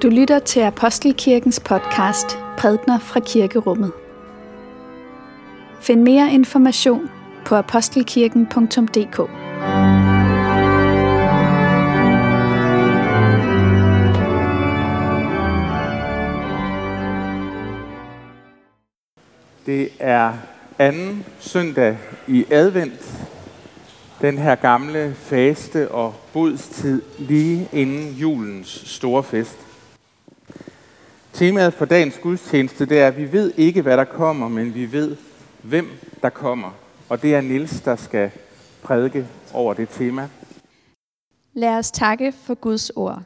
Du lytter til Apostelkirkens podcast Prædikener fra Kirkerummet. Find mere information på apostelkirken.dk. Det er anden søndag i advent, den her gamle faste- og bodstid lige inden julens store fest. Temaet for dagens gudstjeneste, det er, at vi ved ikke, hvad der kommer, men vi ved, hvem der kommer. Og det er Niels, der skal prædike over det tema. Lad os takke for Guds ord.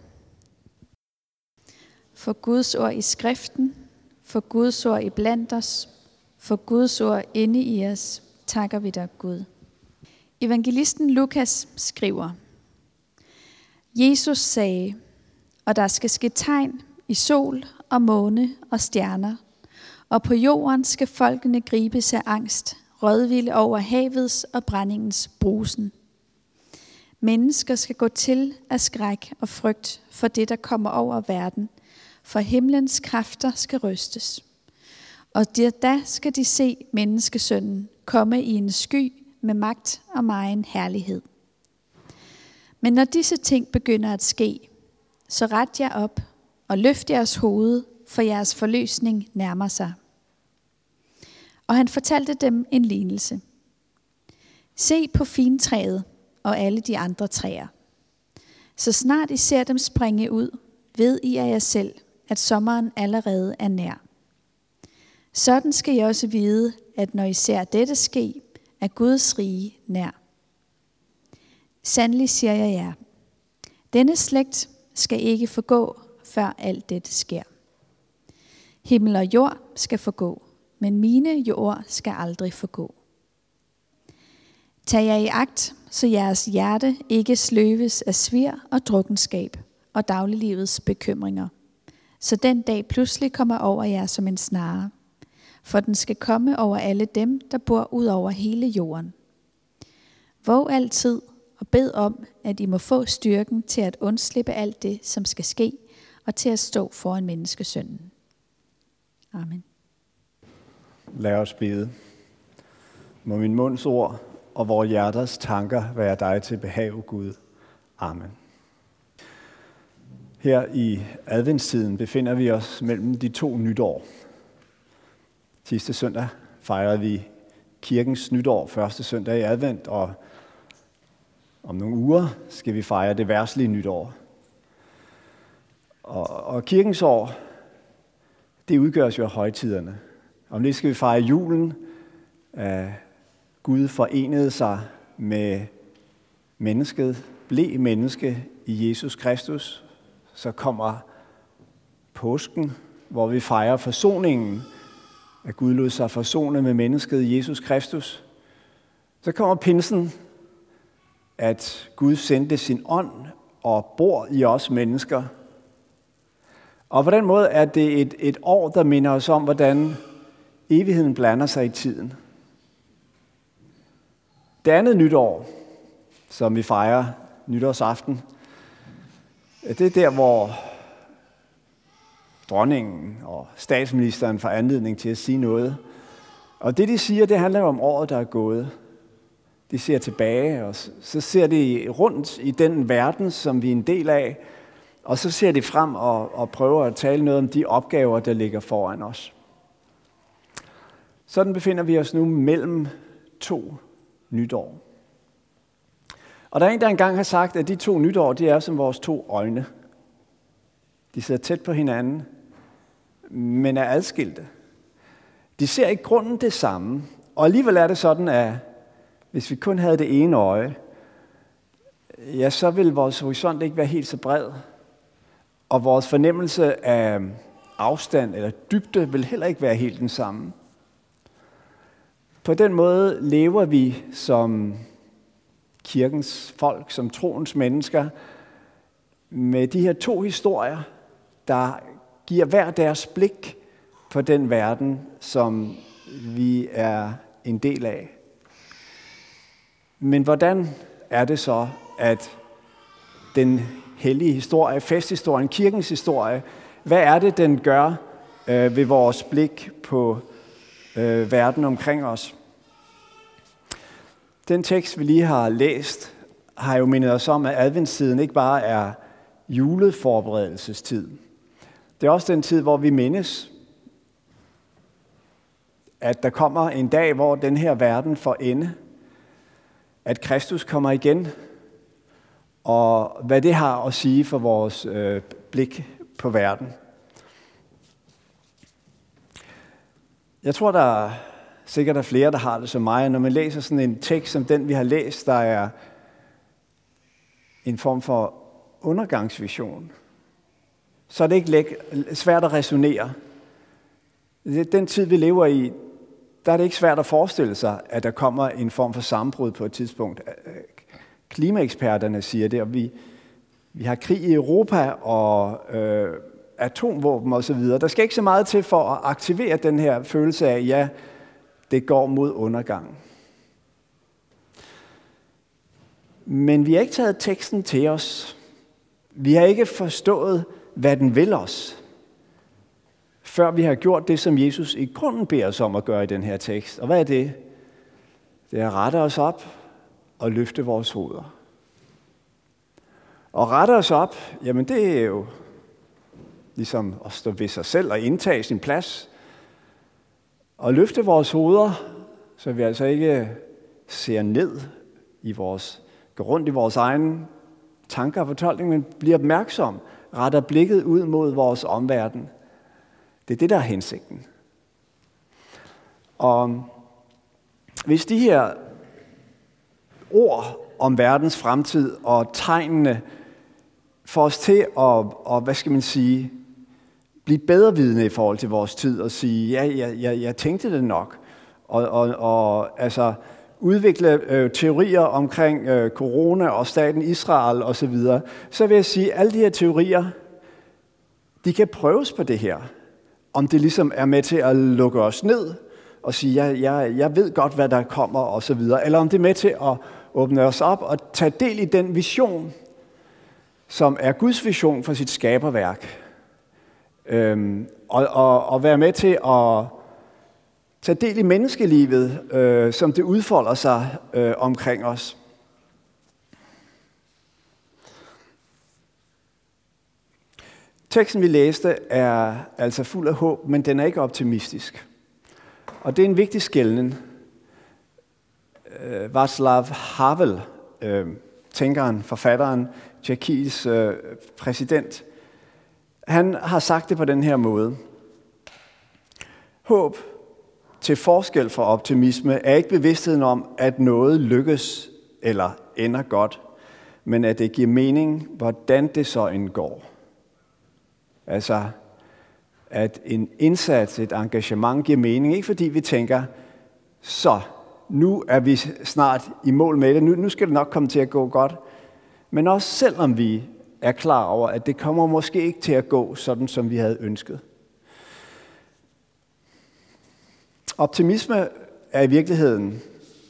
For Guds ord i skriften, for Guds ord i blandt os, for Guds ord inde i os, takker vi dig, Gud. Evangelisten Lukas skriver: Jesus sagde, og der skal ske tegn i sol og måne og stjerner, og på jorden skal folkene gribes af angst, rådvilde over havets og brændingens brusen. Mennesker skal gå til af skræk og frygt for det, der kommer over verden, for himlens kræfter skal rystes. Og da skal de se menneskesønnen komme i en sky med magt og megen herlighed. Men når disse ting begynder at ske, så ret jer op og løft jeres hoved, for jeres forløsning nærmer sig. Og han fortalte dem en lignelse. Se på fintræet og alle de andre træer. Så snart I ser dem springe ud, ved I af jer selv, at sommeren allerede er nær. Sådan skal I også vide, at når I ser dette ske, er Guds rige nær. Sandelig siger jeg jer, denne slægt skal ikke forgå, før alt dette sker. Himmel og jord skal forgå, men mine ord skal aldrig forgå. Tag jer i agt, så jeres hjerte ikke sløves af svir og drukkenskab og dagliglivets bekymringer, så den dag pludselig kommer over jer som en snare, for den skal komme over alle dem, der bor ud over hele jorden. Våg altid og bed om, at I må få styrken til at undslippe alt det, som skal ske, og til at stå foran menneskesønnen. Amen. Lad os bede. Må min munds ord og vores hjerters tanker være dig til behag, Gud. Amen. Her i adventstiden befinder vi os mellem de to nytår. Sidste søndag fejrede vi kirkens nytår, første søndag i advent, og om nogle uger skal vi fejre det verdslige nytår. Og kirkens år, det udgøres jo af højtiderne. Om det skal vi fejre julen, at Gud forenede sig med mennesket, blev menneske i Jesus Kristus. Så kommer påsken, hvor vi fejrer forsoningen, at Gud lod sig forsone med mennesket i Jesus Kristus. Så kommer pinsen, at Gud sendte sin ånd og bor i os mennesker. Og på den måde er det et år, der minder os om, hvordan evigheden blander sig i tiden. Det andet nytår, som vi fejrer nytårsaften, det er der, hvor dronningen og statsministeren får anledning til at sige noget. Og det, de siger, det handler om året, der er gået. De ser tilbage, og så ser de rundt i den verden, som vi er en del af, og så ser de frem og prøver at tale noget om de opgaver, der ligger foran os. Sådan befinder vi os nu mellem to nytår. Og der er en, der engang har sagt, at de to nytår, de er som vores to øjne. De sidder tæt på hinanden, men er adskilte. De ser i grunden det samme, og alligevel er det sådan, at hvis vi kun havde det ene øje, ja, så ville vores horisont ikke være helt så bred, og vores fornemmelse af afstand eller dybde vil heller ikke være helt den samme. På den måde lever vi som kirkens folk, som troens mennesker, med de her to historier, der giver hver deres blik på den verden, som vi er en del af. Men hvordan er det så, at den hellige historie, festhistorien, kirkens historie, Hvad er det, den gør ved vores blik på verden omkring os? Den tekst, vi lige har læst, har jo mindet os om, at adventstiden ikke bare er juleforberedelsestid. Det er også den tid, hvor vi mindes, at der kommer en dag, hvor den her verden får ende, at Kristus kommer igen, og hvad det har at sige for vores blik på verden. Jeg tror, der sikkert er flere, der har det som mig. Når man læser sådan en tekst som den, vi har læst, der er en form for undergangsvision, så er det ikke svært at resonere. Den tid, vi lever i, der er det ikke svært at forestille sig, at der kommer en form for sammenbrud på et tidspunkt. Klimaeksperterne siger det, og vi har krig i Europa og atomvåben osv. Der skal ikke så meget til for at aktivere den her følelse af, ja, det går mod undergang. Men vi har ikke taget teksten til os. Vi har ikke forstået, hvad den vil os, før vi har gjort det, som Jesus i grunden beder os om at gøre i den her tekst. Og hvad er det? Det er at rette os op og løfte vores hoveder. Og rette os op, jamen det er jo ligesom at stå ved sig selv og indtage sin plads. Og løfte vores hoveder, så vi altså ikke ser ned går rundt i vores egne tanker og fortolkning, men bliver opmærksom, retter blikket ud mod vores omverden. Det er det, der er hensigten. Og hvis de her ord om verdens fremtid og tegnene får os til at blive bedre vidne i forhold til vores tid og sige, jeg tænkte det nok, og altså udvikle teorier omkring corona og staten Israel osv., så vil jeg sige, at alle de her teorier, de kan prøves på det her. Om det ligesom er med til at lukke os ned og sige, jeg ved godt, hvad der kommer osv., eller om det er med til at åbne os op og tage del i den vision, som er Guds vision for sit skaberværk. Og være med til at tage del i menneskelivet, som det udfolder sig omkring os. Teksten, vi læste, er altså fuld af håb, men den er ikke optimistisk. Og det er en vigtig skelnen. Václav Havel, tænkeren, forfatteren, Tjekkiets præsident, han har sagt det på den her måde. Håb, til forskel fra optimisme, er ikke bevidstheden om, at noget lykkes eller ender godt, men at det giver mening, hvordan det så indgår. Altså, at en indsats, et engagement giver mening, ikke fordi vi tænker, så nu er vi snart i mål med det, nu skal det nok komme til at gå godt, men også selvom vi er klar over, at det kommer måske ikke til at gå sådan, som vi havde ønsket. Optimisme er i virkeligheden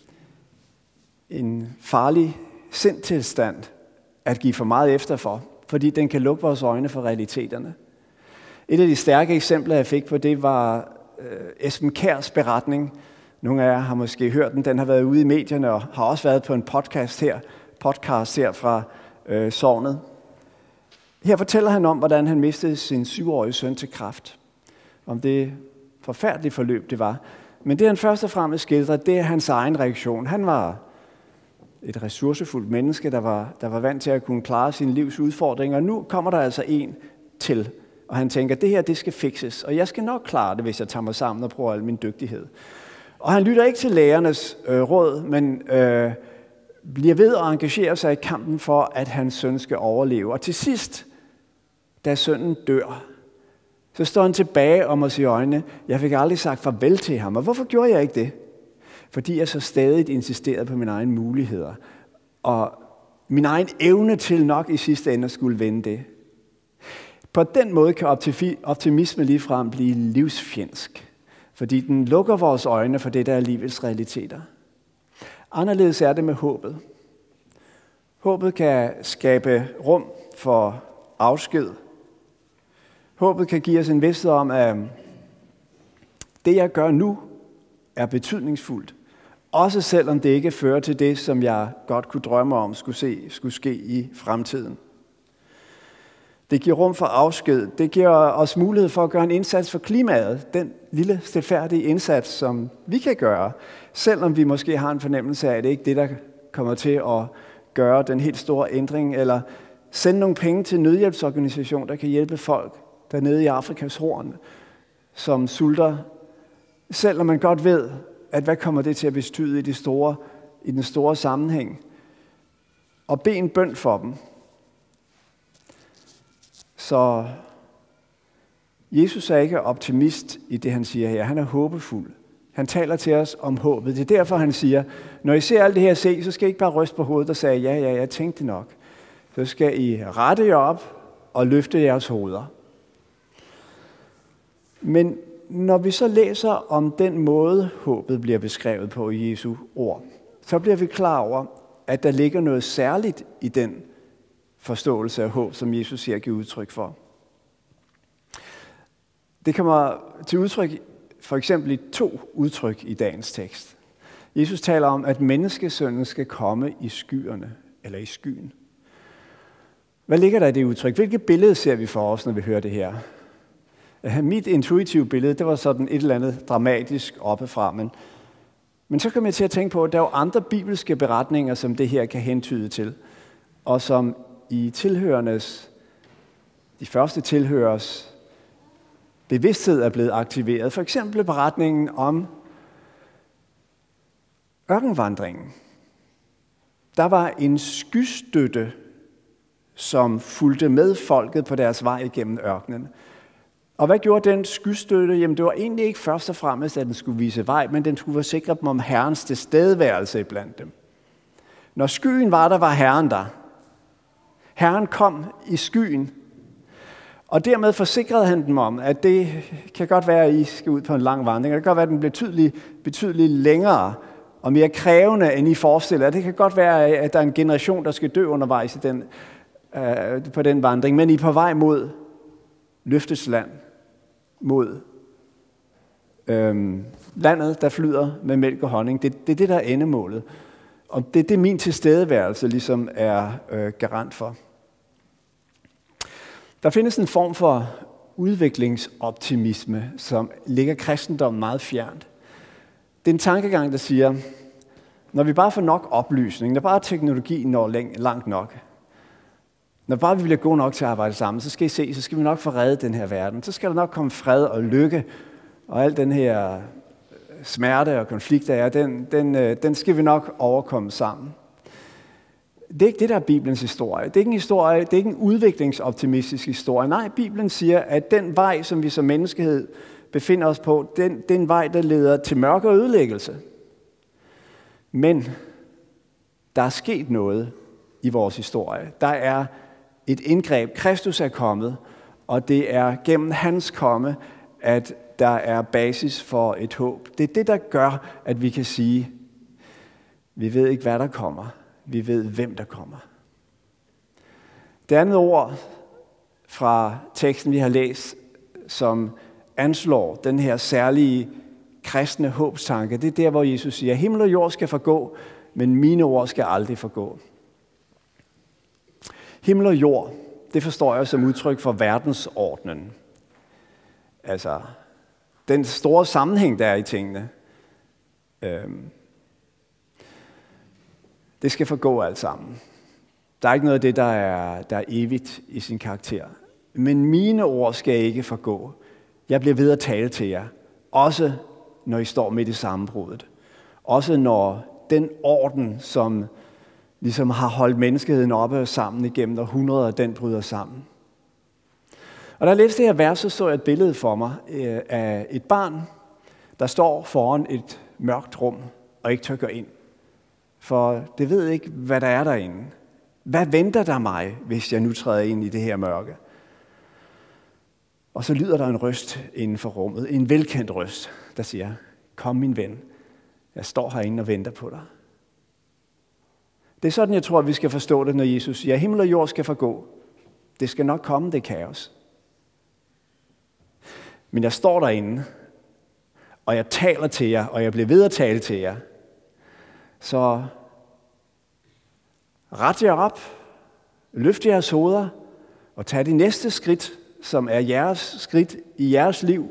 en farlig sindtilstand at give for meget efter for, fordi den kan lukke vores øjne for realiteterne. Et af de stærke eksempler, jeg fik på det, var Esben Kjærs beretning. Nogle af jer har måske hørt den. Den har været ude i medierne og har også været på en podcast her fra sognet. Her fortæller han om, hvordan han mistede sin 7-årige søn til kræft. Om det forfærdelige forløb det var. Men det han først og fremmest skildrer, det er hans egen reaktion. Han var et ressourcefuldt menneske, der var vant til at kunne klare sin livs udfordringer. Nu kommer der altså en til, og han tænker, det her, det skal fikses, og jeg skal nok klare det, hvis jeg tager mig sammen og bruger al min dygtighed. Og han lytter ikke til lægernes råd, men bliver ved at engagere sig i kampen for, at hans søn skal overleve. Og til sidst, da sønnen dør, så står han tilbage om os i øjnene, jeg fik aldrig sagt farvel til ham. Og hvorfor gjorde jeg ikke det? Fordi jeg så stadig insisterede på mine egne muligheder. Og min egen evne til nok i sidste ende skulle vende det. På den måde kan optimisme ligefrem blive livsfjendsk. Fordi den lukker vores øjne for det, der er livets realiteter. Anderledes er det med håbet. Håbet kan skabe rum for afsked. Håbet kan give os en vidsthed om, at det, jeg gør nu, er betydningsfuldt. Også selvom det ikke fører til det, som jeg godt kunne drømme om skulle ske i fremtiden. Det giver rum for afsked. Det giver os mulighed for at gøre en indsats for klimaet. Den lille stilfærdige indsats, som vi kan gøre, selvom vi måske har en fornemmelse af, at det ikke er det, der kommer til at gøre den helt store ændring, eller sende nogle penge til en nødhjælpsorganisation, der kan hjælpe folk dernede i Afrikas Horn, som sulter, selvom man godt ved, at hvad kommer det til at betyde i den store sammenhæng. Og bede en bøn for dem. Så Jesus er ikke optimist i det, han siger her. Han er håbefuld. Han taler til os om håbet. Det er derfor, han siger, når I ser alt det her se, så skal I ikke bare ryste på hovedet og sige, ja, jeg tænkte nok. Så skal I rette jer op og løfte jeres hoveder. Men når vi så læser om den måde, håbet bliver beskrevet på i Jesu ord, så bliver vi klar over, at der ligger noget særligt i den forståelse af håb, som Jesus her giver udtryk for. Det kommer til udtryk for eksempel i 2 udtryk i dagens tekst. Jesus taler om, at menneskesønnen skal komme i skyerne, eller i skyen. Hvad ligger der i det udtryk? Hvilket billede ser vi for os, når vi hører det her? Mit intuitive billede, det var sådan et eller andet dramatisk oppefra, men så kom jeg til at tænke på, at der er jo andre bibelske beretninger, som det her kan hentyde til, og som i de første tilhørers bevidsthed er blevet aktiveret. For eksempel beretningen om ørkenvandringen. Der var en skystøtte, som fulgte med folket på deres vej igennem ørkenen. Og hvad gjorde den skystøtte? Jamen det var egentlig ikke først og fremmest, at den skulle vise vej, men den skulle forsikre dem om Herrens tilstedeværelse iblandt dem. Når skyen var der, var Herren der. Herren kom i skyen, og dermed forsikrede han dem om, at det kan godt være, at I skal ud på en lang vandring. Det kan godt være, at den bliver betydeligt længere og mere krævende, end I forestiller jer. Det kan godt være, at der er en generation, der skal dø undervejs på den vandring, men I er på vej mod løftets land, mod landet, der flyder med mælk og honning. Det er det, der er endemålet. Og det er det, min tilstedeværelse ligesom er garant for. Der findes en form for udviklingsoptimisme, som ligger kristendommen meget fjernt. Det er en tankegang, der siger, når vi bare får nok oplysning, når bare teknologien når langt nok, når bare vi bliver gode nok til at arbejde sammen, så skal vi nok få reddet den her verden. Så skal der nok komme fred og lykke, og al den her smerte og konflikt, der er, den skal vi nok overkomme sammen. Det er ikke det, der er Bibelens historie. Det er ikke en historie, det er ikke en udviklingsoptimistisk historie. Nej, Bibelen siger, at den vej, som vi som menneskehed befinder os på, det er en vej, der leder til mørke og ødelæggelse. Men der er sket noget i vores historie. Der er et indgreb. Kristus er kommet, og det er gennem hans komme, at der er basis for et håb. Det er det, der gør, at vi kan sige, vi ved ikke, hvad der kommer. Vi ved, hvem der kommer. Det andet ord fra teksten, vi har læst, som anslår den her særlige kristne håbstanke, det er der, hvor Jesus siger, himmel og jord skal forgå, men mine ord skal aldrig forgå. Himmel og jord, det forstår jeg som udtryk for verdensordnen. Altså, den store sammenhæng, der er i tingene. Det skal forgå alt sammen. Der er ikke noget af det, der er evigt i sin karakter. Men mine ord skal ikke forgå. Jeg bliver ved at tale til jer. Også når I står midt i sammenbruddet. Også når den orden, som ligesom har holdt menneskeheden oppe sammen igennem århundreder, den bryder sammen. Og da jeg læste det her vers, så jeg et billede for mig af et barn, der står foran et mørkt rum og ikke tør gå ind. For det ved ikke, hvad der er derinde. Hvad venter der mig, hvis jeg nu træder ind i det her mørke? Og så lyder der en røst inden for rummet, en velkendt røst, der siger, kom min ven, jeg står herinde og venter på dig. Det er sådan, jeg tror, at vi skal forstå det, når Jesus siger, himmel og jord skal forgå. Det skal nok komme, det kaos. Men jeg står derinde, og jeg taler til jer, og jeg bliver ved at tale til jer. Så ret jer op, løft jeres hoveder, og tag de næste skridt, som er jeres skridt i jeres liv.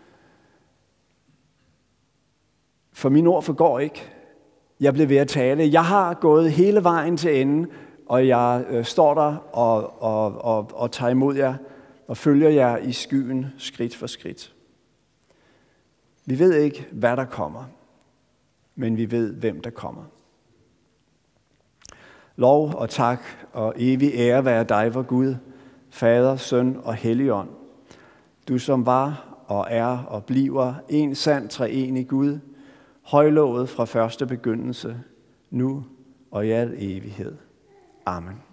For mine ord forgår ikke. Jeg bliver ved at tale. Jeg har gået hele vejen til enden, og jeg står der og tager imod jer og følger jer i skyen skridt for skridt. Vi ved ikke, hvad der kommer, men vi ved, hvem der kommer. Lov og tak og evig ære være dig, vor Gud, Fader, Søn og Helligånd. Du som var og er og bliver en sand treenig Gud, højlovet fra første begyndelse, nu og i al evighed. Amen.